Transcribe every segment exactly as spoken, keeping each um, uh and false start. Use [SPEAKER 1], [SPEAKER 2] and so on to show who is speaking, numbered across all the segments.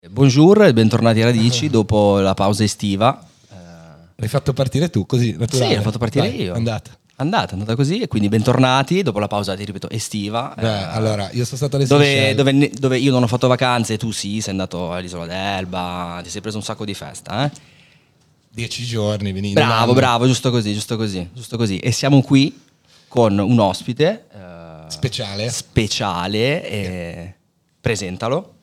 [SPEAKER 1] Buongiorno e bentornati a Radici dopo la pausa estiva.
[SPEAKER 2] L'hai fatto partire tu così, naturale?
[SPEAKER 1] Sì, l'ho fatto partire
[SPEAKER 2] Dai,
[SPEAKER 1] io.
[SPEAKER 2] Andata.
[SPEAKER 1] Andata, andata così e quindi bentornati dopo la pausa, ti ripeto, estiva.
[SPEAKER 2] Beh,
[SPEAKER 1] eh,
[SPEAKER 2] allora, io sono stato alle
[SPEAKER 1] dove,
[SPEAKER 2] Seychelles.
[SPEAKER 1] dove, dove io non ho fatto vacanze e tu sì, sei andato all'isola d'Elba, ti sei preso un sacco di festa, eh?
[SPEAKER 2] Dieci giorni, veni.
[SPEAKER 1] Bravo, bravo, giusto così, giusto così, giusto così. E siamo qui con un ospite eh,
[SPEAKER 2] Speciale.
[SPEAKER 1] speciale e presentalo.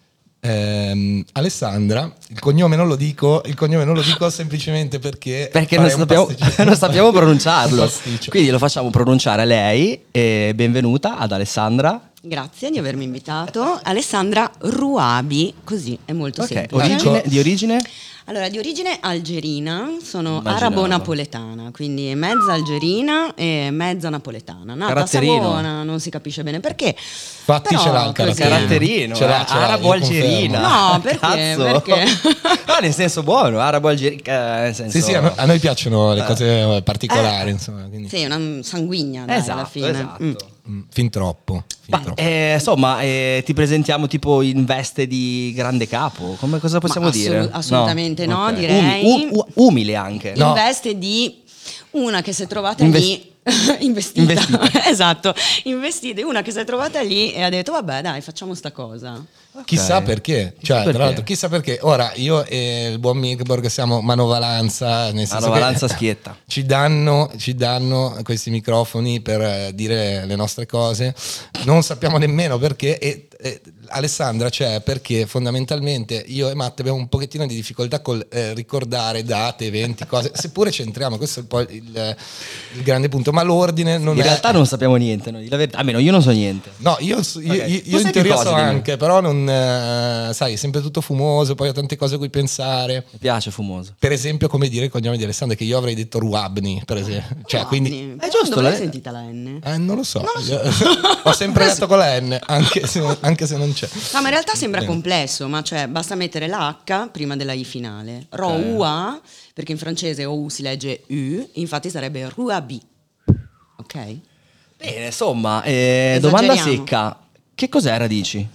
[SPEAKER 2] Ehm, Alessandra, il cognome non lo dico, il cognome non lo dico semplicemente perché
[SPEAKER 1] Perché non
[SPEAKER 2] farei un
[SPEAKER 1] sappiamo,
[SPEAKER 2] pasticcio.
[SPEAKER 1] non sappiamo pronunciarlo.
[SPEAKER 2] Un pasticcio.
[SPEAKER 1] Quindi lo facciamo pronunciare a lei. E benvenuta ad Alessandra.
[SPEAKER 3] Grazie di avermi invitato. Alessandra Ruabi, così è molto
[SPEAKER 1] Ok,
[SPEAKER 3] semplice.
[SPEAKER 1] origine, di origine?
[SPEAKER 3] Allora, di origine algerina, sono
[SPEAKER 1] Immaginavo.
[SPEAKER 3] arabo-napoletana, quindi mezza algerina e mezza napoletana. Nata a
[SPEAKER 1] Caratterino.
[SPEAKER 3] Savona, non si capisce bene perché.
[SPEAKER 2] Infatti
[SPEAKER 3] però
[SPEAKER 2] ce l'ha il
[SPEAKER 3] così.
[SPEAKER 2] caratterino.
[SPEAKER 1] Caratterino,
[SPEAKER 2] Ce l'ha,
[SPEAKER 1] eh,
[SPEAKER 2] ce l'ha, io
[SPEAKER 1] arabo-algerina.
[SPEAKER 2] confermo.
[SPEAKER 3] No, perché?
[SPEAKER 1] Cazzo.
[SPEAKER 3] Perché?
[SPEAKER 1] No, nel senso buono, arabo-algerina. Nel senso...
[SPEAKER 2] Sì, sì, a noi, a noi piacciono le cose particolari, insomma, quindi,
[SPEAKER 3] Sì, una sanguigna, dai,
[SPEAKER 1] Esatto,
[SPEAKER 3] alla fine.
[SPEAKER 1] esatto.
[SPEAKER 3] Mm.
[SPEAKER 2] mm, fin troppo. Fin
[SPEAKER 1] Ma,
[SPEAKER 2] troppo.
[SPEAKER 1] eh, insomma, eh, ti presentiamo tipo in veste di grande capo. Come, cosa possiamo
[SPEAKER 3] Ma
[SPEAKER 1] dire?
[SPEAKER 3] assolut- assolutamente no,
[SPEAKER 1] Ok.
[SPEAKER 3] direi.
[SPEAKER 1] Umi- u- u- umile anche.
[SPEAKER 2] No.
[SPEAKER 3] In veste di una che si è trovata
[SPEAKER 1] Inves-
[SPEAKER 3] lì investita,
[SPEAKER 1] Investita.
[SPEAKER 3] esatto, investita, una che si è trovata lì e ha detto vabbè dai facciamo sta cosa.
[SPEAKER 2] Chissà perché,
[SPEAKER 1] Chissà
[SPEAKER 2] cioè,
[SPEAKER 1] perché.
[SPEAKER 2] tra l'altro, chissà perché. Ora io e il buon Milborg siamo manovalanza, nel senso
[SPEAKER 1] Manovalanza
[SPEAKER 2] che
[SPEAKER 1] schietta.
[SPEAKER 2] Ci danno, ci danno questi microfoni per eh, dire le nostre cose, non sappiamo nemmeno perché. E, e Alessandra c'è perché fondamentalmente io e Matte abbiamo un pochettino di difficoltà col eh, ricordare date, eventi, cose, seppure c'entriamo, questo è poi il, il grande punto, ma l'ordine non
[SPEAKER 1] In
[SPEAKER 2] è...
[SPEAKER 1] realtà non sappiamo niente, noi, la verità. Almeno io non so niente.
[SPEAKER 2] No, io, so- io,
[SPEAKER 1] Ok.
[SPEAKER 2] io-
[SPEAKER 1] Tu
[SPEAKER 2] io
[SPEAKER 1] sai
[SPEAKER 2] in
[SPEAKER 1] più
[SPEAKER 2] teoria
[SPEAKER 1] cose
[SPEAKER 2] so
[SPEAKER 1] di me.
[SPEAKER 2] anche, però non, eh, sai, è sempre tutto fumoso, poi ho tante cose a cui pensare.
[SPEAKER 1] Mi piace fumoso.
[SPEAKER 2] Per esempio, come dire il cognome di Alessandra, che io avrei detto Ruabni, per esempio. Cioè, quindi...
[SPEAKER 1] È giusto,
[SPEAKER 3] Dove l'hai
[SPEAKER 1] lei-
[SPEAKER 3] sentita la N?
[SPEAKER 2] Eh, non lo so, Io- ho sempre detto con la N, anche se, anche se non c'è.
[SPEAKER 3] No, ma in realtà sembra
[SPEAKER 2] Bene.
[SPEAKER 3] complesso, ma cioè basta mettere la H prima della I finale. Ro-U-A, perché in francese O U si legge U, infatti sarebbe Ruabi. Ok?
[SPEAKER 1] Bene, insomma, eh, domanda
[SPEAKER 3] Esageriamo.
[SPEAKER 1] secca. Che cos'è radici?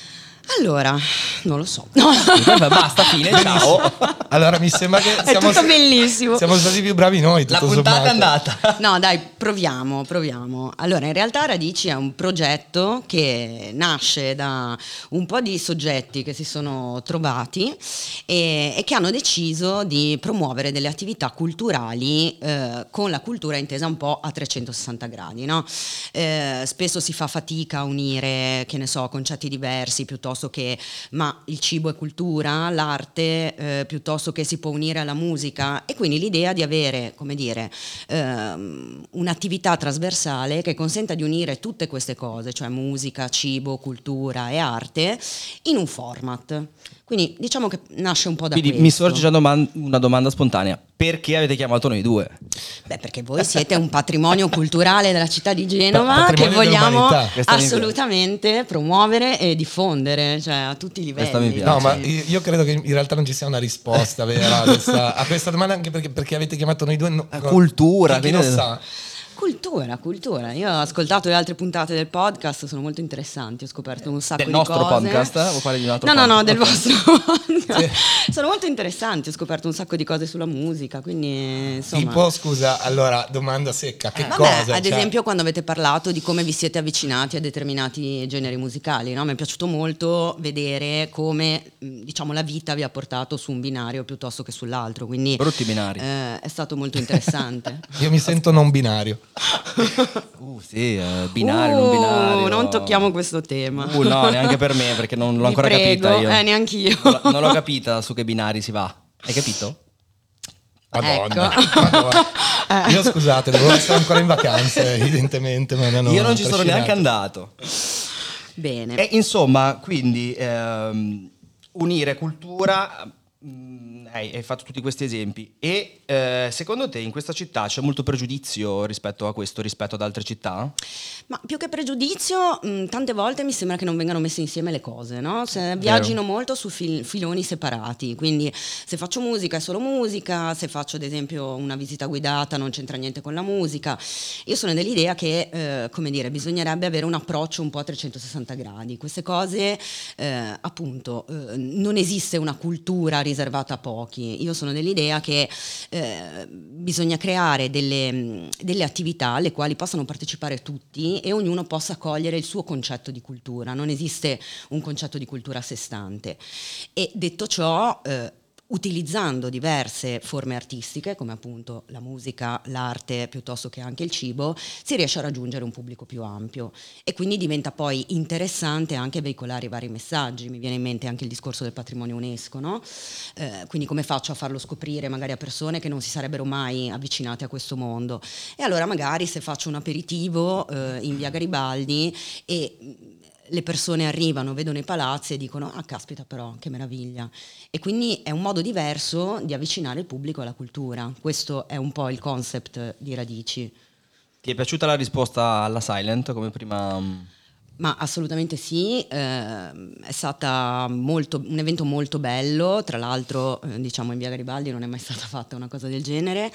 [SPEAKER 3] Allora, non lo so. No.
[SPEAKER 1] Vabbè, basta, fine, ciao.
[SPEAKER 2] Allora, mi sembra che
[SPEAKER 3] È
[SPEAKER 2] siamo,
[SPEAKER 3] tutto bellissimo.
[SPEAKER 2] siamo stati più bravi noi.
[SPEAKER 1] La
[SPEAKER 2] tutto
[SPEAKER 1] puntata è
[SPEAKER 2] sommato.
[SPEAKER 1] andata.
[SPEAKER 3] No, dai, proviamo, proviamo. Allora, in realtà Radici è un progetto che nasce da un po' di soggetti che si sono trovati e, e che hanno deciso di promuovere delle attività culturali eh, con la cultura intesa un po' a trecentosessanta gradi, no? Eh, spesso si fa fatica a unire, che ne so, concetti diversi piuttosto che ma il cibo è cultura, l'arte eh, piuttosto che si può unire alla musica, e quindi l'idea di avere, come dire, ehm, un'attività trasversale che consenta di unire tutte queste cose, cioè musica, cibo, cultura e arte, in un format. Quindi diciamo che nasce un po' da
[SPEAKER 1] Quindi
[SPEAKER 3] questo.
[SPEAKER 1] mi sorge già doman- una domanda spontanea. Perché avete chiamato noi due?
[SPEAKER 3] Beh, perché voi siete un patrimonio culturale della città di Genova
[SPEAKER 2] Pa-
[SPEAKER 3] che
[SPEAKER 2] patrimonio
[SPEAKER 3] vogliamo
[SPEAKER 2] dell'umanità.
[SPEAKER 1] Questa mi piace.
[SPEAKER 3] assolutamente promuovere e diffondere, cioè a tutti i livelli.
[SPEAKER 1] Questa mi piace.
[SPEAKER 2] No, ma
[SPEAKER 3] Sì.
[SPEAKER 2] io io credo che in realtà non ci sia una risposta vera a questa, a questa domanda, anche perché, perché avete chiamato noi due. No,
[SPEAKER 1] La cultura,
[SPEAKER 2] chi, chi lo
[SPEAKER 1] quindi-
[SPEAKER 2] sa?
[SPEAKER 3] Cultura, cultura. Io ho ascoltato le altre puntate del podcast, sono molto interessanti, ho scoperto un sacco
[SPEAKER 1] Del
[SPEAKER 3] di
[SPEAKER 1] nostro
[SPEAKER 3] cose.
[SPEAKER 1] podcast, eh? O quale di un altro
[SPEAKER 3] No, no, no,
[SPEAKER 1] podcast?
[SPEAKER 3] del
[SPEAKER 1] Ok.
[SPEAKER 3] vostro podcast. Sono molto interessanti, ho scoperto un sacco di cose sulla musica, quindi insomma.
[SPEAKER 2] Tipo, scusa, allora, domanda secca, che
[SPEAKER 3] Vabbè,
[SPEAKER 2] cosa?
[SPEAKER 3] ad
[SPEAKER 2] Cioè,
[SPEAKER 3] esempio quando avete parlato di come vi siete avvicinati a determinati generi musicali, no? Mi è piaciuto molto vedere come mh, diciamo la vita vi ha portato su un binario piuttosto che sull'altro, quindi
[SPEAKER 1] Brutti binari.
[SPEAKER 3] eh, è stato molto interessante.
[SPEAKER 2] io mi sento non binario.
[SPEAKER 1] Uh, sì, eh, binario,
[SPEAKER 3] Uh,
[SPEAKER 1] non binario.
[SPEAKER 3] non tocchiamo questo tema.
[SPEAKER 1] Uh, no, neanche per me, perché non l'ho
[SPEAKER 3] Vi
[SPEAKER 1] ancora
[SPEAKER 3] prego,
[SPEAKER 1] capita io.
[SPEAKER 3] eh, neanch'io.
[SPEAKER 1] Non l'ho- Non l'ho capita su che binari si va. Hai capito?
[SPEAKER 2] Madonna,
[SPEAKER 3] Ecco.
[SPEAKER 2] Madonna. Io scusate, devo essere ancora in vacanze, evidentemente. Ma mi hanno
[SPEAKER 1] Io non ci sono
[SPEAKER 2] trascinato.
[SPEAKER 1] neanche andato.
[SPEAKER 3] Bene.
[SPEAKER 1] E insomma, quindi ehm, unire cultura mh, hai, hai fatto tutti questi esempi e eh, secondo te in questa città c'è molto pregiudizio rispetto a questo, rispetto ad altre città?
[SPEAKER 3] Ma più che pregiudizio, mh, tante volte mi sembra che non vengano messe insieme le cose, no? Se viaggino molto su fil- filoni separati, quindi se faccio musica è solo musica, se faccio ad esempio una visita guidata non c'entra niente con la musica. Io sono dell'idea che, eh, come dire, bisognerebbe avere un approccio un po' a trecentosessanta gradi. Queste cose, eh, appunto, eh, non esiste una cultura riservata a pochi. Io sono dell'idea che eh, bisogna creare delle, delle attività alle quali possano partecipare tutti e ognuno possa cogliere il suo concetto di cultura. Non esiste un concetto di cultura a sé stante. E detto ciò, eh, utilizzando diverse forme artistiche, come appunto la musica, l'arte, piuttosto che anche il cibo, si riesce a raggiungere un pubblico più ampio e quindi diventa poi interessante anche veicolare i vari messaggi. Mi viene in mente anche il discorso del patrimonio UNESCO, no? Eh, quindi come faccio a farlo scoprire magari a persone che non si sarebbero mai avvicinate a questo mondo? E allora magari se faccio un aperitivo eh, in via Garibaldi e le persone arrivano, vedono i palazzi e dicono ah caspita però che meraviglia, e quindi è un modo diverso di avvicinare il pubblico alla cultura. Questo è un po' il concept di Radici.
[SPEAKER 1] Ti è piaciuta la risposta alla Silent come prima?
[SPEAKER 3] Ma assolutamente sì, eh, è stata molto, un evento molto bello, tra l'altro eh, diciamo in via Garibaldi non è mai stata fatta una cosa del genere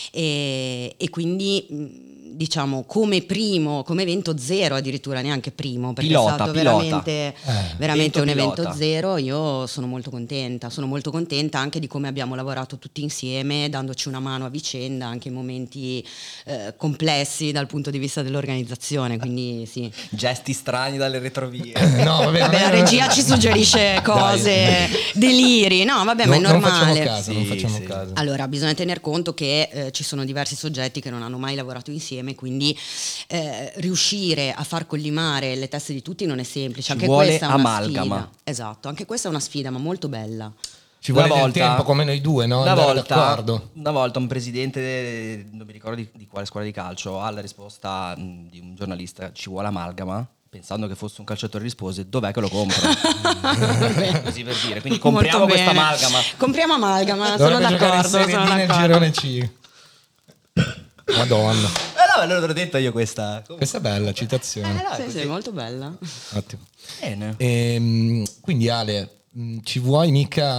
[SPEAKER 3] e, e quindi mh, diciamo come primo, come evento zero addirittura, neanche primo, perché
[SPEAKER 1] pilota,
[SPEAKER 3] è stato
[SPEAKER 1] pilota.
[SPEAKER 3] veramente,
[SPEAKER 2] Eh,
[SPEAKER 3] veramente un
[SPEAKER 1] evento
[SPEAKER 3] evento zero. Io sono molto contenta, sono molto contenta anche di come abbiamo lavorato tutti insieme, dandoci una mano a vicenda anche in momenti eh, complessi dal punto di vista dell'organizzazione, quindi sì.
[SPEAKER 1] Gesti strani dalle retrovie.
[SPEAKER 2] No, vabbè,
[SPEAKER 3] Vabbè, la
[SPEAKER 2] non è-
[SPEAKER 3] regia ci suggerisce cose,
[SPEAKER 2] Dai.
[SPEAKER 3] deliri, no vabbè, ma è
[SPEAKER 2] Non- non facciamo
[SPEAKER 3] normale.
[SPEAKER 2] caso, non
[SPEAKER 1] Sì,
[SPEAKER 2] facciamo
[SPEAKER 1] sì.
[SPEAKER 2] caso.
[SPEAKER 3] Allora, bisogna tener conto che eh, ci sono diversi soggetti che non hanno mai lavorato insieme, quindi eh, riuscire a far collimare le teste di tutti non è semplice.
[SPEAKER 1] Ci
[SPEAKER 3] Anche
[SPEAKER 1] vuole
[SPEAKER 3] questa è una
[SPEAKER 1] amalgama.
[SPEAKER 3] sfida. Esatto, anche questa è una sfida, ma molto bella.
[SPEAKER 2] Ci vuole
[SPEAKER 1] Una
[SPEAKER 2] del
[SPEAKER 1] volta-
[SPEAKER 2] tempo come noi due, no?
[SPEAKER 1] Una
[SPEAKER 2] Andare
[SPEAKER 1] volta,
[SPEAKER 2] d'accordo.
[SPEAKER 1] una volta un presidente, non mi ricordo di, di quale squadra di calcio, alla risposta mh, di un giornalista, ci vuole amalgama, pensando che fosse un calciatore, rispose dov'è che lo compro? Così per dire, quindi compriamo
[SPEAKER 3] Molto
[SPEAKER 1] questa
[SPEAKER 3] bene.
[SPEAKER 1] amalgama.
[SPEAKER 3] Compriamo amalgama, sono
[SPEAKER 2] Dovrebbe giocare in
[SPEAKER 3] d'accordo.
[SPEAKER 2] Serie
[SPEAKER 3] Sono
[SPEAKER 2] D nel
[SPEAKER 3] d'accordo.
[SPEAKER 2] girone C. Madonna.
[SPEAKER 1] Eh no, allora l'ho detto io questa.
[SPEAKER 2] Questa è bella citazione.
[SPEAKER 1] Eh,
[SPEAKER 3] Sì, sì, molto bella.
[SPEAKER 2] Ottimo.
[SPEAKER 1] Bene.
[SPEAKER 2] Ehm, quindi Ale, mh, ci vuoi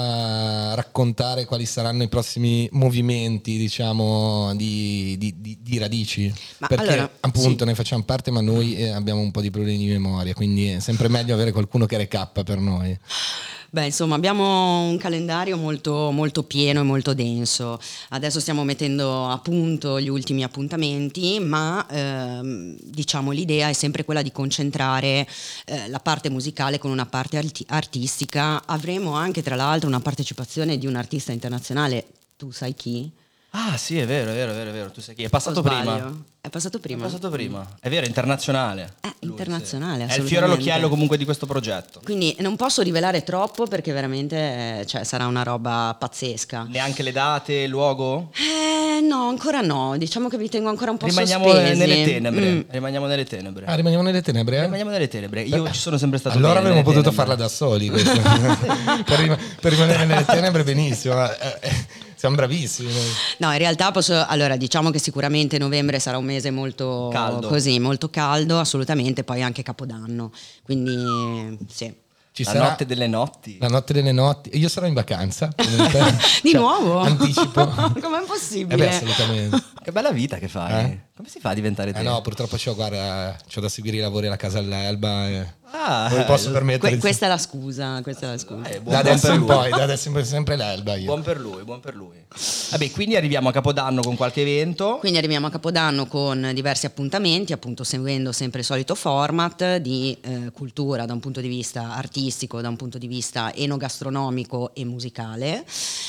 [SPEAKER 2] mica raccontare quali saranno i prossimi movimenti, diciamo, di, di- di- di Radici?
[SPEAKER 3] Ma
[SPEAKER 2] Perché
[SPEAKER 3] allora,
[SPEAKER 2] appunto
[SPEAKER 3] sì.
[SPEAKER 2] ne facciamo parte, ma noi eh, abbiamo un po' di problemi di memoria, quindi è sempre meglio avere qualcuno che recappa per noi.
[SPEAKER 3] Beh, insomma, abbiamo un calendario molto, molto pieno e molto denso. Adesso stiamo mettendo a punto gli ultimi appuntamenti, ma ehm, diciamo l'idea è sempre quella di concentrare eh, la parte musicale con una parte arti- artistica. Avremo anche, tra l'altro, una partecipazione di un artista internazionale. Tu sai chi?
[SPEAKER 1] Ah sì, è vero, è vero, è vero, è vero. Tu sai chi? È
[SPEAKER 3] O
[SPEAKER 1] passato
[SPEAKER 3] sbaglio?
[SPEAKER 1] prima.
[SPEAKER 3] È passato
[SPEAKER 1] È
[SPEAKER 3] prima.
[SPEAKER 1] passato prima. È vero, è internazionale.
[SPEAKER 3] Eh,
[SPEAKER 1] Lui,
[SPEAKER 3] internazionale,
[SPEAKER 1] sì. È il fiore
[SPEAKER 3] assolutamente.
[SPEAKER 1] all'occhiello comunque di questo progetto.
[SPEAKER 3] Quindi non posso rivelare troppo perché veramente eh, cioè, sarà una roba pazzesca.
[SPEAKER 1] Neanche le date, il luogo?
[SPEAKER 3] Eh, no, ancora no. Diciamo che vi tengo ancora un po'
[SPEAKER 1] Rimaniamo
[SPEAKER 3] sospesi.
[SPEAKER 1] nelle tenebre.
[SPEAKER 3] Mm.
[SPEAKER 1] Rimaniamo nelle tenebre.
[SPEAKER 2] Ah, rimaniamo nelle tenebre? eh?
[SPEAKER 1] Rimaniamo nelle tenebre. Io ci sono sempre stato
[SPEAKER 2] Allora
[SPEAKER 1] bene
[SPEAKER 2] avremmo
[SPEAKER 1] nelle
[SPEAKER 2] potuto
[SPEAKER 1] tenebre.
[SPEAKER 2] farla da soli questa. per, rim- per rimanere nelle tenebre benissimo, ma, eh, eh, siamo bravissimi noi.
[SPEAKER 3] No, in realtà posso. Allora, diciamo che sicuramente novembre sarà un mese molto
[SPEAKER 1] Caldo.
[SPEAKER 3] così, molto caldo, assolutamente. Poi anche Capodanno. Quindi sì.
[SPEAKER 2] Ci
[SPEAKER 1] La
[SPEAKER 2] sarà
[SPEAKER 1] notte delle notti.
[SPEAKER 2] la notte delle notti. Io sarò in vacanza. comunque.
[SPEAKER 3] Di
[SPEAKER 2] Cioè,
[SPEAKER 3] nuovo?
[SPEAKER 2] Anticipo.
[SPEAKER 3] Com'è
[SPEAKER 2] Eh
[SPEAKER 3] possibile?
[SPEAKER 2] beh, assolutamente.
[SPEAKER 1] Che bella vita che fai.
[SPEAKER 2] Eh?
[SPEAKER 1] Come si fa a diventare te?
[SPEAKER 2] Eh no, purtroppo c'ho, guarda, c'ho da seguire i lavori alla casa all'Elba. E
[SPEAKER 1] Ah,
[SPEAKER 2] non mi posso
[SPEAKER 1] eh,
[SPEAKER 2] permettere
[SPEAKER 3] Que-
[SPEAKER 2] di-
[SPEAKER 3] questa è la scusa. Questa è la scusa.
[SPEAKER 1] eh, buon,
[SPEAKER 2] da
[SPEAKER 1] buon
[SPEAKER 2] adesso
[SPEAKER 1] per
[SPEAKER 2] in
[SPEAKER 1] lui.
[SPEAKER 2] poi, da adesso in poi sempre l'Elba io.
[SPEAKER 1] Buon per lui, buon per lui. Vabbè, quindi arriviamo a Capodanno con qualche evento.
[SPEAKER 3] Quindi arriviamo a Capodanno con diversi appuntamenti, appunto seguendo sempre il solito format di eh, cultura da un punto di vista artistico, da un punto di vista enogastronomico e musicale.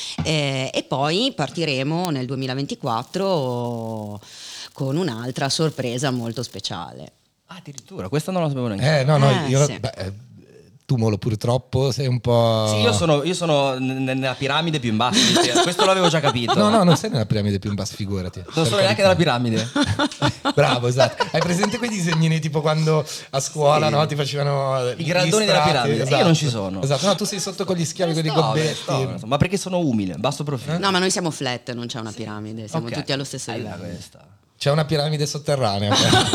[SPEAKER 3] Eh, e poi partiremo nel duemilaventiquattro con un'altra sorpresa molto speciale.
[SPEAKER 1] Ah, addirittura, questa non la sapevo neanche.
[SPEAKER 2] Eh, no, no,
[SPEAKER 3] Eh,
[SPEAKER 2] io,
[SPEAKER 3] sì.
[SPEAKER 2] beh, eh, Tumolo purtroppo sei un po'...
[SPEAKER 1] Sì, io sono, io sono n- nella piramide più in basso di te. Questo l'avevo già capito.
[SPEAKER 2] No, no, non sei nella piramide più in basso, figurati.
[SPEAKER 1] Non sono neanche nella piramide.
[SPEAKER 2] Bravo, esatto. Hai presente quei disegnini tipo quando a scuola,
[SPEAKER 1] Sì.
[SPEAKER 2] no, ti facevano
[SPEAKER 1] I grandoni della piramide.
[SPEAKER 2] Esatto.
[SPEAKER 1] Io non ci sono.
[SPEAKER 2] Esatto, no, tu sei sotto con gli schiavi, con i
[SPEAKER 1] Sto,
[SPEAKER 2] gobbetti.
[SPEAKER 1] sto, sto. Ma perché sono umile, basso profilo.
[SPEAKER 3] No, ma noi siamo flat, non c'è una piramide, siamo
[SPEAKER 1] Ok.
[SPEAKER 3] tutti allo stesso
[SPEAKER 1] Eh,
[SPEAKER 3] livello.
[SPEAKER 1] beh, questa.
[SPEAKER 2] C'è una piramide sotterranea.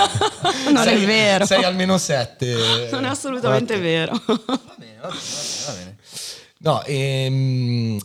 [SPEAKER 3] Non
[SPEAKER 2] sei,
[SPEAKER 3] è vero.
[SPEAKER 2] Sei almeno sette.
[SPEAKER 3] Non è assolutamente
[SPEAKER 2] Otto.
[SPEAKER 3] vero.
[SPEAKER 1] Va bene, va bene, va bene.
[SPEAKER 2] No, ehm,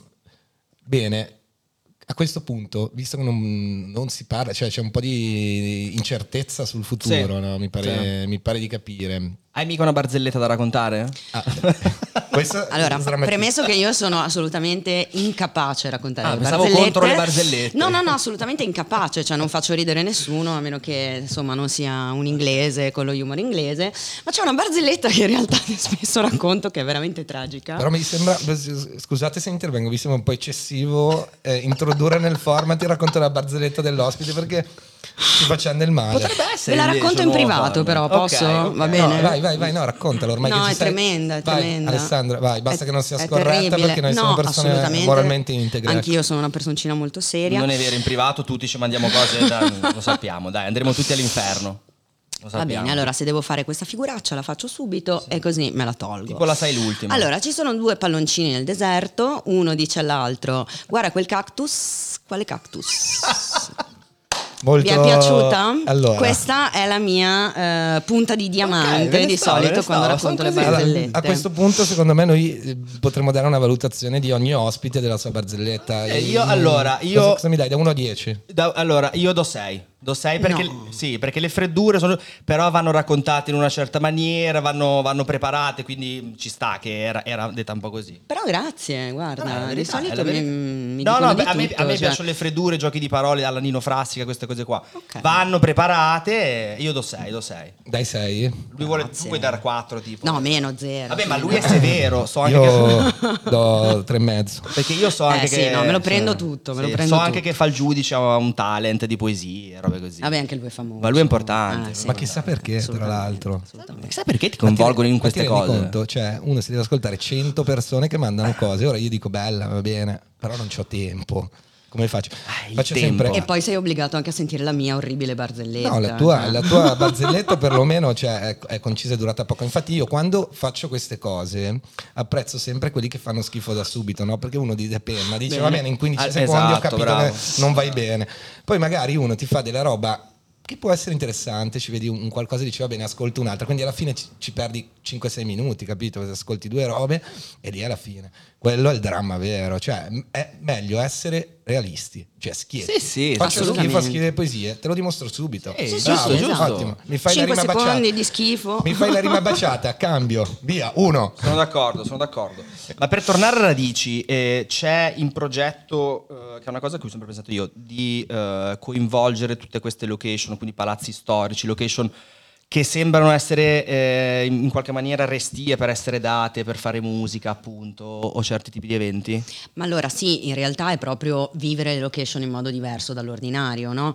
[SPEAKER 2] bene. A questo punto, visto che non, non si parla, cioè c'è un po' di incertezza sul futuro,
[SPEAKER 1] Sì.
[SPEAKER 2] no? mi, pare, mi pare di capire.
[SPEAKER 1] Hai mica una barzelletta da raccontare?
[SPEAKER 2] Ah, questo
[SPEAKER 3] Allora,
[SPEAKER 2] sdrammatizza.
[SPEAKER 3] premesso che io sono assolutamente incapace a raccontare
[SPEAKER 1] Ah,
[SPEAKER 3] le
[SPEAKER 1] pensavo
[SPEAKER 3] barzellette.
[SPEAKER 1] contro le barzellette.
[SPEAKER 3] No, no, no, assolutamente incapace, cioè non faccio ridere nessuno, a meno che insomma non sia un inglese con lo humor inglese, ma c'è una barzelletta che in realtà spesso racconto che è veramente tragica.
[SPEAKER 2] Però mi sembra, scusate se intervengo, mi sembra un po' eccessivo eh, introdurre nel format il racconto della barzelletta dell'ospite perché ci facciamo del male.
[SPEAKER 1] Potrebbe essere.
[SPEAKER 3] Ve la
[SPEAKER 1] invece
[SPEAKER 3] racconto
[SPEAKER 1] un
[SPEAKER 3] in
[SPEAKER 1] nuovo
[SPEAKER 3] privato,
[SPEAKER 1] format.
[SPEAKER 3] però,
[SPEAKER 1] Ok,
[SPEAKER 3] posso?
[SPEAKER 1] ok.
[SPEAKER 3] Va bene?
[SPEAKER 2] No, vai, vai, vai, no, raccontalo ormai.
[SPEAKER 3] No,
[SPEAKER 2] che ci
[SPEAKER 3] è
[SPEAKER 2] sei.
[SPEAKER 3] tremenda, è
[SPEAKER 2] Vai,
[SPEAKER 3] tremenda.
[SPEAKER 2] Alessandra, vai, basta
[SPEAKER 3] È-
[SPEAKER 2] che non sia
[SPEAKER 3] è
[SPEAKER 2] scorretta
[SPEAKER 3] terribile.
[SPEAKER 2] perché noi
[SPEAKER 3] no,
[SPEAKER 2] siamo persone
[SPEAKER 3] assolutamente.
[SPEAKER 2] moralmente integre.
[SPEAKER 3] Anch'io sono una personcina molto seria.
[SPEAKER 1] Non è vero, in privato tutti ci mandiamo cose, da, lo sappiamo, dai, andremo tutti all'inferno. Lo
[SPEAKER 3] Va
[SPEAKER 1] sappiamo.
[SPEAKER 3] bene, allora se devo fare questa figuraccia la faccio subito e così me la tolgo.
[SPEAKER 1] Tipo la sai l'ultima.
[SPEAKER 3] Allora, ci sono due palloncini nel deserto, uno dice all'altro: guarda quel cactus, quale cactus?
[SPEAKER 2] Molto...
[SPEAKER 3] Vi è piaciuta?
[SPEAKER 2] Allora,
[SPEAKER 3] Questa è la mia eh, punta di diamante
[SPEAKER 1] ve ne
[SPEAKER 3] di
[SPEAKER 1] stavo, ve
[SPEAKER 3] solito
[SPEAKER 1] ne
[SPEAKER 3] quando
[SPEAKER 1] stavo,
[SPEAKER 3] racconto le
[SPEAKER 1] sono così.
[SPEAKER 3] barzellette.
[SPEAKER 2] a questo punto secondo me noi eh, potremmo dare una valutazione di ogni ospite della sua barzelletta.
[SPEAKER 1] Eh, io, allora, io-
[SPEAKER 2] Cosa, cosa mi dai? Da uno a dieci?
[SPEAKER 1] Da- allora, io do sei. Do sei perché,
[SPEAKER 3] No.
[SPEAKER 1] sì, perché le freddure sono, però vanno raccontate in una certa maniera, vanno, vanno preparate, quindi ci sta che era, era detta un po' così.
[SPEAKER 3] Però grazie, guarda,
[SPEAKER 1] No, è la
[SPEAKER 3] di
[SPEAKER 1] verità, è
[SPEAKER 3] solito
[SPEAKER 1] la
[SPEAKER 3] mi,
[SPEAKER 1] verità.
[SPEAKER 3] mi
[SPEAKER 1] No,
[SPEAKER 3] dicono
[SPEAKER 1] no,
[SPEAKER 3] di
[SPEAKER 1] beh, a me,
[SPEAKER 3] tutto,
[SPEAKER 1] a me
[SPEAKER 3] cioè-
[SPEAKER 1] piacciono le freddure, giochi di parole alla Nino Frassica, queste cose qua.
[SPEAKER 3] Ok.
[SPEAKER 1] Vanno preparate, io do sei, do sei.
[SPEAKER 2] Dai sei?
[SPEAKER 1] Lui vuole, tu
[SPEAKER 3] Grazie.
[SPEAKER 1] puoi dare quattro tipo.
[SPEAKER 3] No, meno, zero.
[SPEAKER 1] Vabbè, ma lui è severo, so anche
[SPEAKER 2] Io
[SPEAKER 1] che...
[SPEAKER 2] do tre e mezzo.
[SPEAKER 1] Perché io so anche
[SPEAKER 3] Eh, sì,
[SPEAKER 1] che...
[SPEAKER 3] no, me lo prendo
[SPEAKER 1] sì,
[SPEAKER 3] tutto, me lo
[SPEAKER 1] sì,
[SPEAKER 3] prendo
[SPEAKER 1] so anche
[SPEAKER 3] tutto.
[SPEAKER 1] che fa il giudice, ha un talent di poesie, robe così.
[SPEAKER 3] Vabbè, anche lui è famoso.
[SPEAKER 1] Ma lui è importante.
[SPEAKER 3] Ah, sì.
[SPEAKER 2] Ma chissà perché, tra
[SPEAKER 3] Assolutamente,
[SPEAKER 2] l'altro.
[SPEAKER 3] assolutamente.
[SPEAKER 1] Chissà perché ti coinvolgono in
[SPEAKER 2] Ma ti
[SPEAKER 1] queste
[SPEAKER 2] rendi
[SPEAKER 1] cose.
[SPEAKER 2] conto? Cioè, uno si deve ascoltare cento persone che mandano cose. Ora io dico bella, va bene, però non c'ho tempo. Come faccio?
[SPEAKER 1] Ah, il
[SPEAKER 2] Faccio
[SPEAKER 1] tempo.
[SPEAKER 2] sempre.
[SPEAKER 3] E poi sei obbligato anche a sentire la mia orribile barzelletta.
[SPEAKER 2] No, la tua,
[SPEAKER 3] cioè.
[SPEAKER 2] la tua barzelletta perlomeno cioè, è, è concisa e durata poco. Infatti io quando faccio queste cose apprezzo sempre quelli che fanno schifo da subito, no? Perché uno dice penna, dice
[SPEAKER 3] Bene.
[SPEAKER 2] va bene, in quindici
[SPEAKER 1] Ah,
[SPEAKER 2] secondi ho
[SPEAKER 1] esatto,
[SPEAKER 2] capito
[SPEAKER 1] bravo.
[SPEAKER 2] che non vai bene. Poi magari uno ti fa della roba che può essere interessante, ci vedi un, un qualcosa e dici va bene, ascolto un'altra, quindi alla fine ci, ci perdi cinque sei minuti, capito? Ascolti due robe e lì alla fine. Quello è il dramma vero, cioè m- è meglio essere realisti, cioè schietti.
[SPEAKER 1] Sì, sì,
[SPEAKER 2] Faccio schifo a
[SPEAKER 3] assolutamente.
[SPEAKER 2] scrivere poesie, te lo dimostro subito.
[SPEAKER 1] Sì,
[SPEAKER 3] Sì,
[SPEAKER 2] Bravo,
[SPEAKER 3] sì, esatto.
[SPEAKER 2] ottimo. Mi fai
[SPEAKER 3] Cinque
[SPEAKER 2] la rima
[SPEAKER 3] secondi
[SPEAKER 2] baciata.
[SPEAKER 3] di schifo.
[SPEAKER 2] Mi fai la rima baciata, cambio, via, uno.
[SPEAKER 1] Sono d'accordo, sono d'accordo. Ma per tornare a radici, eh, c'è in progetto, eh, che è una cosa a cui ho sempre pensato io, di eh, coinvolgere tutte queste location, quindi palazzi storici, location che sembrano essere eh, in in qualche maniera restie per essere date, per fare musica appunto, o certi tipi di eventi?
[SPEAKER 3] Ma allora sì, in realtà è proprio vivere le location in modo diverso dall'ordinario, no?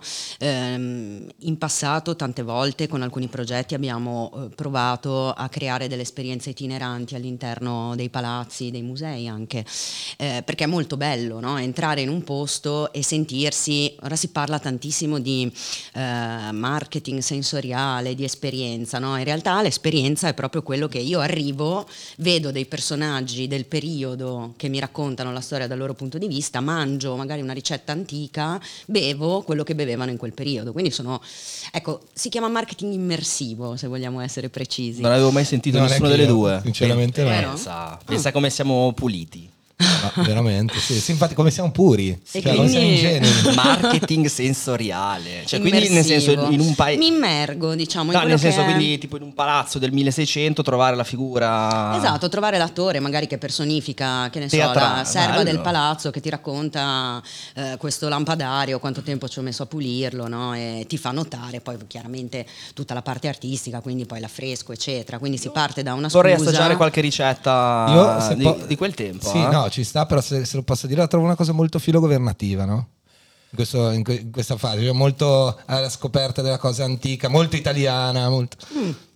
[SPEAKER 3] Ehm, in passato tante volte con alcuni progetti abbiamo eh, provato a creare delle esperienze itineranti all'interno dei palazzi, dei musei anche, eh, perché è molto bello, no? Entrare in un posto e sentirsi, ora si parla tantissimo di eh, marketing sensoriale, di esperienza, no? In realtà l'esperienza è proprio quello che io arrivo, vedo dei personaggi del periodo che mi raccontano la storia dal loro punto di vista, mangio magari una ricetta antica, bevo quello che bevevano in quel periodo. Quindi sono, ecco, si chiama marketing immersivo, se vogliamo essere precisi.
[SPEAKER 1] Non avevo mai sentito
[SPEAKER 2] Non
[SPEAKER 1] nessuno
[SPEAKER 2] è che
[SPEAKER 1] delle
[SPEAKER 2] io,
[SPEAKER 1] due.
[SPEAKER 2] sinceramente no.
[SPEAKER 1] Pensa, pensa come siamo puliti.
[SPEAKER 2] No, veramente, sì. Sì, infatti come siamo puri,
[SPEAKER 3] E
[SPEAKER 2] cioè, come siamo
[SPEAKER 3] quindi-
[SPEAKER 2] ingenui.
[SPEAKER 1] Marketing sensoriale. Cioè, quindi nel
[SPEAKER 3] Immersivo.
[SPEAKER 1] senso in un paese...
[SPEAKER 3] Mi immergo, diciamo, in
[SPEAKER 1] No,
[SPEAKER 3] quello
[SPEAKER 1] nel senso,
[SPEAKER 3] che è-
[SPEAKER 1] quindi tipo in un palazzo del milleseicento trovare la figura...
[SPEAKER 3] Esatto, trovare l'attore magari che personifica, che ne so,
[SPEAKER 1] Teatrale,
[SPEAKER 3] la serva
[SPEAKER 1] bello.
[SPEAKER 3] del palazzo che ti racconta eh, questo lampadario, quanto tempo ci ho messo a pulirlo, no? E ti fa notare poi chiaramente tutta la parte artistica, quindi poi l'affresco, eccetera. Quindi si parte da una
[SPEAKER 1] Vorrei
[SPEAKER 3] scusa.
[SPEAKER 1] assaggiare qualche ricetta
[SPEAKER 2] Io, se
[SPEAKER 1] di,
[SPEAKER 2] po-
[SPEAKER 1] di quel tempo.
[SPEAKER 2] Sì,
[SPEAKER 1] eh?
[SPEAKER 2] no, ci sta, però se, se lo posso dire la trovo una cosa molto filogovernativa, no? In, questo- in que- in questa fase, cioè molto alla scoperta della cosa antica, molto italiana, molto...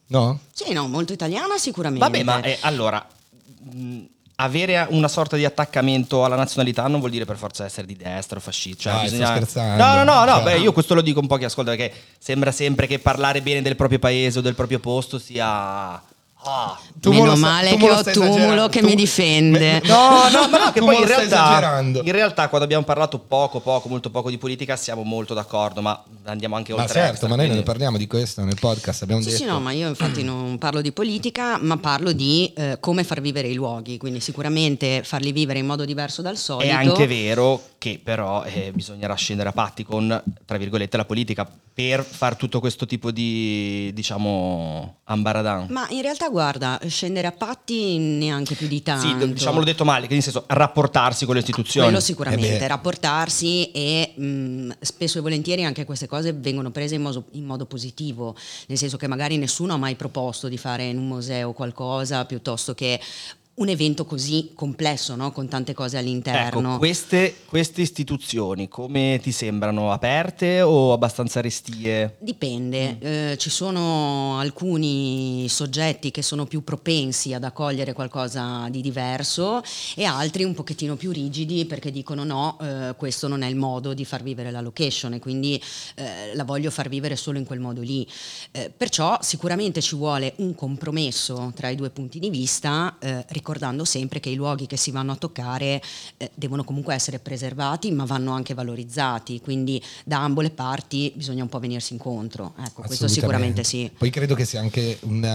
[SPEAKER 2] No?
[SPEAKER 3] Sì, no, molto italiana sicuramente.
[SPEAKER 1] Vabbè, ma eh, allora, mh, avere una sorta di attaccamento alla nazionalità non vuol dire per forza essere di destra o fascista. Cioè,
[SPEAKER 2] Dai,
[SPEAKER 1] bisogna...
[SPEAKER 2] sto scherzando.
[SPEAKER 1] No, no, no, no,
[SPEAKER 2] Cioè...
[SPEAKER 1] beh, io questo lo dico un po' che ascolta, perché sembra sempre che parlare bene del proprio paese o del proprio posto sia... Ah,
[SPEAKER 3] Meno male che ho Tumulo che mi difende.
[SPEAKER 1] No, no, ma no, che poi in realtà,
[SPEAKER 2] esagerando.
[SPEAKER 1] in realtà quando abbiamo parlato poco, poco, molto poco di politica siamo molto d'accordo, ma andiamo anche
[SPEAKER 2] Ma
[SPEAKER 1] oltre.
[SPEAKER 2] certo,
[SPEAKER 1] extra,
[SPEAKER 2] ma noi
[SPEAKER 1] quindi...
[SPEAKER 2] ne parliamo di questo nel podcast, abbiamo
[SPEAKER 3] Sì,
[SPEAKER 2] detto.
[SPEAKER 3] sì, no, ma io infatti non parlo di politica, ma parlo di eh, come far vivere i luoghi, quindi sicuramente farli vivere in modo diverso dal solito.
[SPEAKER 1] È anche vero che però eh, bisognerà scendere a patti con, tra virgolette, la politica per far tutto questo tipo di, diciamo, ambaradan.
[SPEAKER 3] Ma in realtà guarda, scendere a patti neanche più di tanto.
[SPEAKER 1] Sì, diciamolo detto male, che nel senso rapportarsi con le istituzioni.
[SPEAKER 3] Quello sicuramente,
[SPEAKER 2] Eh beh.
[SPEAKER 3] rapportarsi e mh, spesso e volentieri anche queste cose vengono prese in modo, in modo positivo, nel senso che magari nessuno ha mai proposto di fare in un museo qualcosa piuttosto che un evento così complesso, no? Con tante cose all'interno.
[SPEAKER 1] Ecco, queste, queste istituzioni come ti sembrano? Aperte o abbastanza restie?
[SPEAKER 3] Dipende,
[SPEAKER 1] Mm.
[SPEAKER 3] eh, ci sono alcuni soggetti che sono più propensi ad accogliere qualcosa di diverso e altri un pochettino più rigidi perché dicono no, eh, questo non è il modo di far vivere la location e quindi eh, la voglio far vivere solo in quel modo lì. Eh, perciò sicuramente ci vuole un compromesso tra i due punti di vista, eh, ricordando sempre che i luoghi che si vanno a toccare eh, devono comunque essere preservati ma vanno anche valorizzati, quindi da ambo le parti bisogna un po' venirsi incontro, ecco, questo sicuramente sì.
[SPEAKER 2] Poi credo che sia anche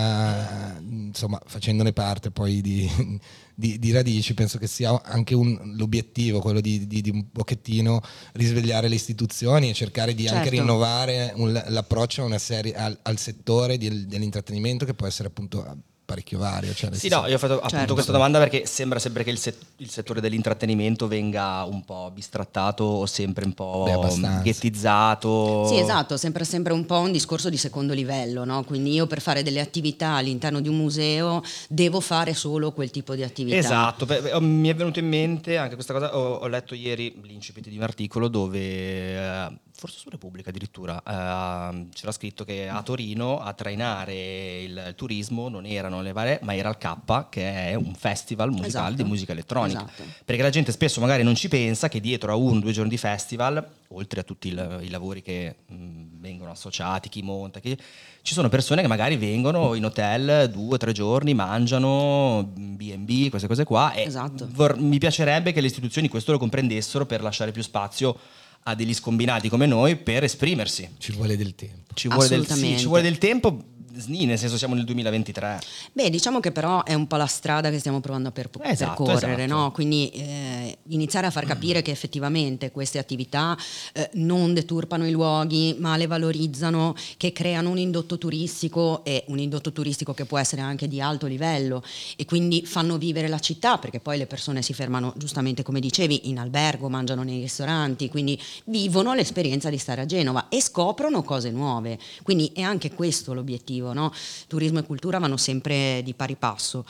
[SPEAKER 2] una, insomma, facendone parte poi di, di, di Radici, penso che sia anche un, l'obiettivo quello di, di, di un pochettino risvegliare le istituzioni e cercare di
[SPEAKER 3] Certo.
[SPEAKER 2] anche rinnovare un, l'approccio a una serie, al, al settore di, dell'intrattenimento che può essere appunto parecchio vario. Cioè
[SPEAKER 1] Sì, no, io ho fatto appunto
[SPEAKER 3] Certo.
[SPEAKER 1] questa domanda perché sembra sempre che il, set- il settore dell'intrattenimento venga un po' bistrattato o sempre un po'
[SPEAKER 2] Beh, abbastanza.
[SPEAKER 1] ghettizzato.
[SPEAKER 3] Sì, esatto, sempre, sempre un po' un discorso di secondo livello, no? Quindi io per fare delle attività all'interno di un museo devo fare solo quel tipo di attività.
[SPEAKER 1] Esatto, beh, beh, mi è venuto in mente anche questa cosa, ho, ho letto ieri l'incipit di un articolo dove, eh, forse su Repubblica addirittura, eh, c'era scritto che a Torino a trainare il, il turismo non erano le varie, ma era il K, che è un festival musicale
[SPEAKER 3] Esatto.
[SPEAKER 1] di musica elettronica.
[SPEAKER 3] Esatto.
[SPEAKER 1] Perché la gente spesso magari non ci pensa che dietro a uno o due giorni di festival, oltre a tutti il, i lavori che mh, vengono associati, chi monta, chi... ci sono persone che magari vengono in hotel due o tre giorni, mangiano B and B, queste cose qua, e
[SPEAKER 3] Esatto.
[SPEAKER 1] vor- mi piacerebbe che le istituzioni questo lo comprendessero per lasciare più spazio a degli scombinati come noi per esprimersi.
[SPEAKER 2] Ci vuole del tempo.
[SPEAKER 1] Ci vuole del, sì,
[SPEAKER 3] Assolutamente.
[SPEAKER 1] ci vuole del tempo, sni, nel senso siamo nel duemilaventitré.
[SPEAKER 3] Beh, diciamo che però è un po' la strada che stiamo provando a per-
[SPEAKER 1] Esatto,
[SPEAKER 3] percorrere,
[SPEAKER 1] esatto.
[SPEAKER 3] no? Quindi eh, iniziare a far capire che effettivamente queste attività eh, non deturpano i luoghi, ma le valorizzano, che creano un indotto turistico e un indotto turistico che può essere anche di alto livello e quindi fanno vivere la città, perché poi le persone si fermano giustamente, come dicevi, in albergo, mangiano nei ristoranti, quindi vivono l'esperienza di stare a Genova e scoprono cose nuove. Quindi è anche questo l'obiettivo. No? Turismo e cultura vanno sempre di pari passo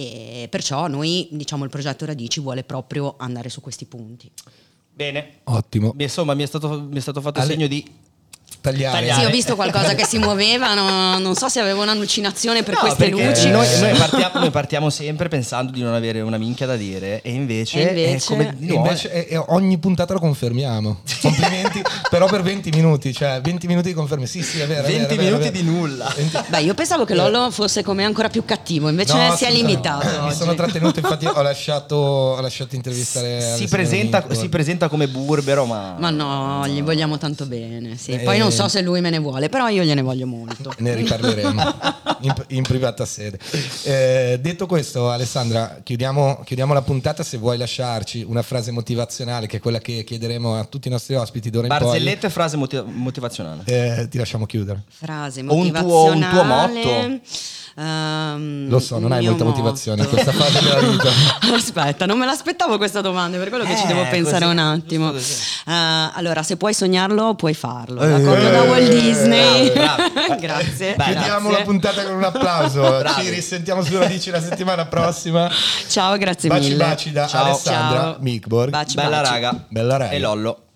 [SPEAKER 3] e perciò noi, diciamo, il progetto Radici vuole proprio andare su questi punti.
[SPEAKER 1] Bene.
[SPEAKER 2] Ottimo.
[SPEAKER 1] Insomma, mi è stato, mi è stato fatto il
[SPEAKER 2] Ale-
[SPEAKER 1] segno di
[SPEAKER 2] Tagliare.
[SPEAKER 1] Tagliare.
[SPEAKER 3] Sì, ho visto qualcosa che si muoveva, no- non so se avevo un'allucinazione per
[SPEAKER 1] No,
[SPEAKER 3] queste
[SPEAKER 1] perché
[SPEAKER 3] luci.
[SPEAKER 1] Noi, noi partiamo, noi partiamo sempre pensando di non avere una minchia da dire e invece,
[SPEAKER 3] E invece-
[SPEAKER 1] è come di
[SPEAKER 2] E
[SPEAKER 1] nuovo-
[SPEAKER 2] invece e- e ogni puntata lo confermiamo. Complimenti, però per venti minuti, cioè venti minuti di conferme. Sì, sì, è vero. è
[SPEAKER 1] venti
[SPEAKER 2] vero, è vero,
[SPEAKER 1] minuti
[SPEAKER 2] è vero.
[SPEAKER 1] di nulla.
[SPEAKER 2] venti
[SPEAKER 3] Beh, io pensavo che Lollo fosse come ancora più cattivo, invece
[SPEAKER 2] No,
[SPEAKER 3] si è
[SPEAKER 2] assolutamente.
[SPEAKER 3] limitato.
[SPEAKER 2] Mi
[SPEAKER 3] oggi.
[SPEAKER 2] sono trattenuto, infatti ho lasciato, ho lasciato intervistare
[SPEAKER 1] si
[SPEAKER 2] Alessandro
[SPEAKER 1] presenta,
[SPEAKER 2] Minco.
[SPEAKER 1] si presenta come burbero, ma
[SPEAKER 3] Ma no, gli vogliamo tanto bene. Sì.
[SPEAKER 2] Eh,
[SPEAKER 3] Poi non so se lui me ne vuole, però io gliene voglio molto.
[SPEAKER 2] Ne riparleremo in, in privata sede. Eh, detto questo, Alessandra, chiudiamo, chiudiamo la puntata. Se vuoi lasciarci una frase motivazionale, che è quella che chiederemo a tutti i nostri ospiti d'ora in poi,
[SPEAKER 1] barzellette e frase motiv- motivazionale.
[SPEAKER 2] eh, ti lasciamo chiudere.
[SPEAKER 3] Frase
[SPEAKER 1] O un tuo- un tuo
[SPEAKER 3] motivazionale.
[SPEAKER 1] motto.
[SPEAKER 3] Ehm,
[SPEAKER 2] Lo so, non
[SPEAKER 3] un
[SPEAKER 2] hai
[SPEAKER 3] mio
[SPEAKER 2] molta
[SPEAKER 3] motto.
[SPEAKER 2] motivazione in questa fase della vita.
[SPEAKER 3] Aspetta, non me l'aspettavo questa domanda, per quello che ci
[SPEAKER 1] Eh,
[SPEAKER 3] devo pensare
[SPEAKER 1] così,
[SPEAKER 3] un attimo.
[SPEAKER 1] giusto così.
[SPEAKER 3] Eh, allora, se puoi sognarlo, puoi farlo.
[SPEAKER 2] Eh,
[SPEAKER 3] D'accordo da Walt Disney.
[SPEAKER 1] bravo,
[SPEAKER 3] Grazie.
[SPEAKER 1] Beh,
[SPEAKER 2] Chiudiamo
[SPEAKER 3] grazie.
[SPEAKER 2] la puntata con un applauso.
[SPEAKER 1] Bravi.
[SPEAKER 2] Ci risentiamo su Radici la settimana prossima.
[SPEAKER 3] Ciao, grazie
[SPEAKER 2] Baci
[SPEAKER 3] mille.
[SPEAKER 2] baci da
[SPEAKER 1] Ciao.
[SPEAKER 2] Alessandra
[SPEAKER 3] Ciao.
[SPEAKER 2] Mikborg.
[SPEAKER 3] Baci,
[SPEAKER 1] Bella
[SPEAKER 3] baci.
[SPEAKER 1] raga.
[SPEAKER 2] Bella raga.
[SPEAKER 1] E Lollo.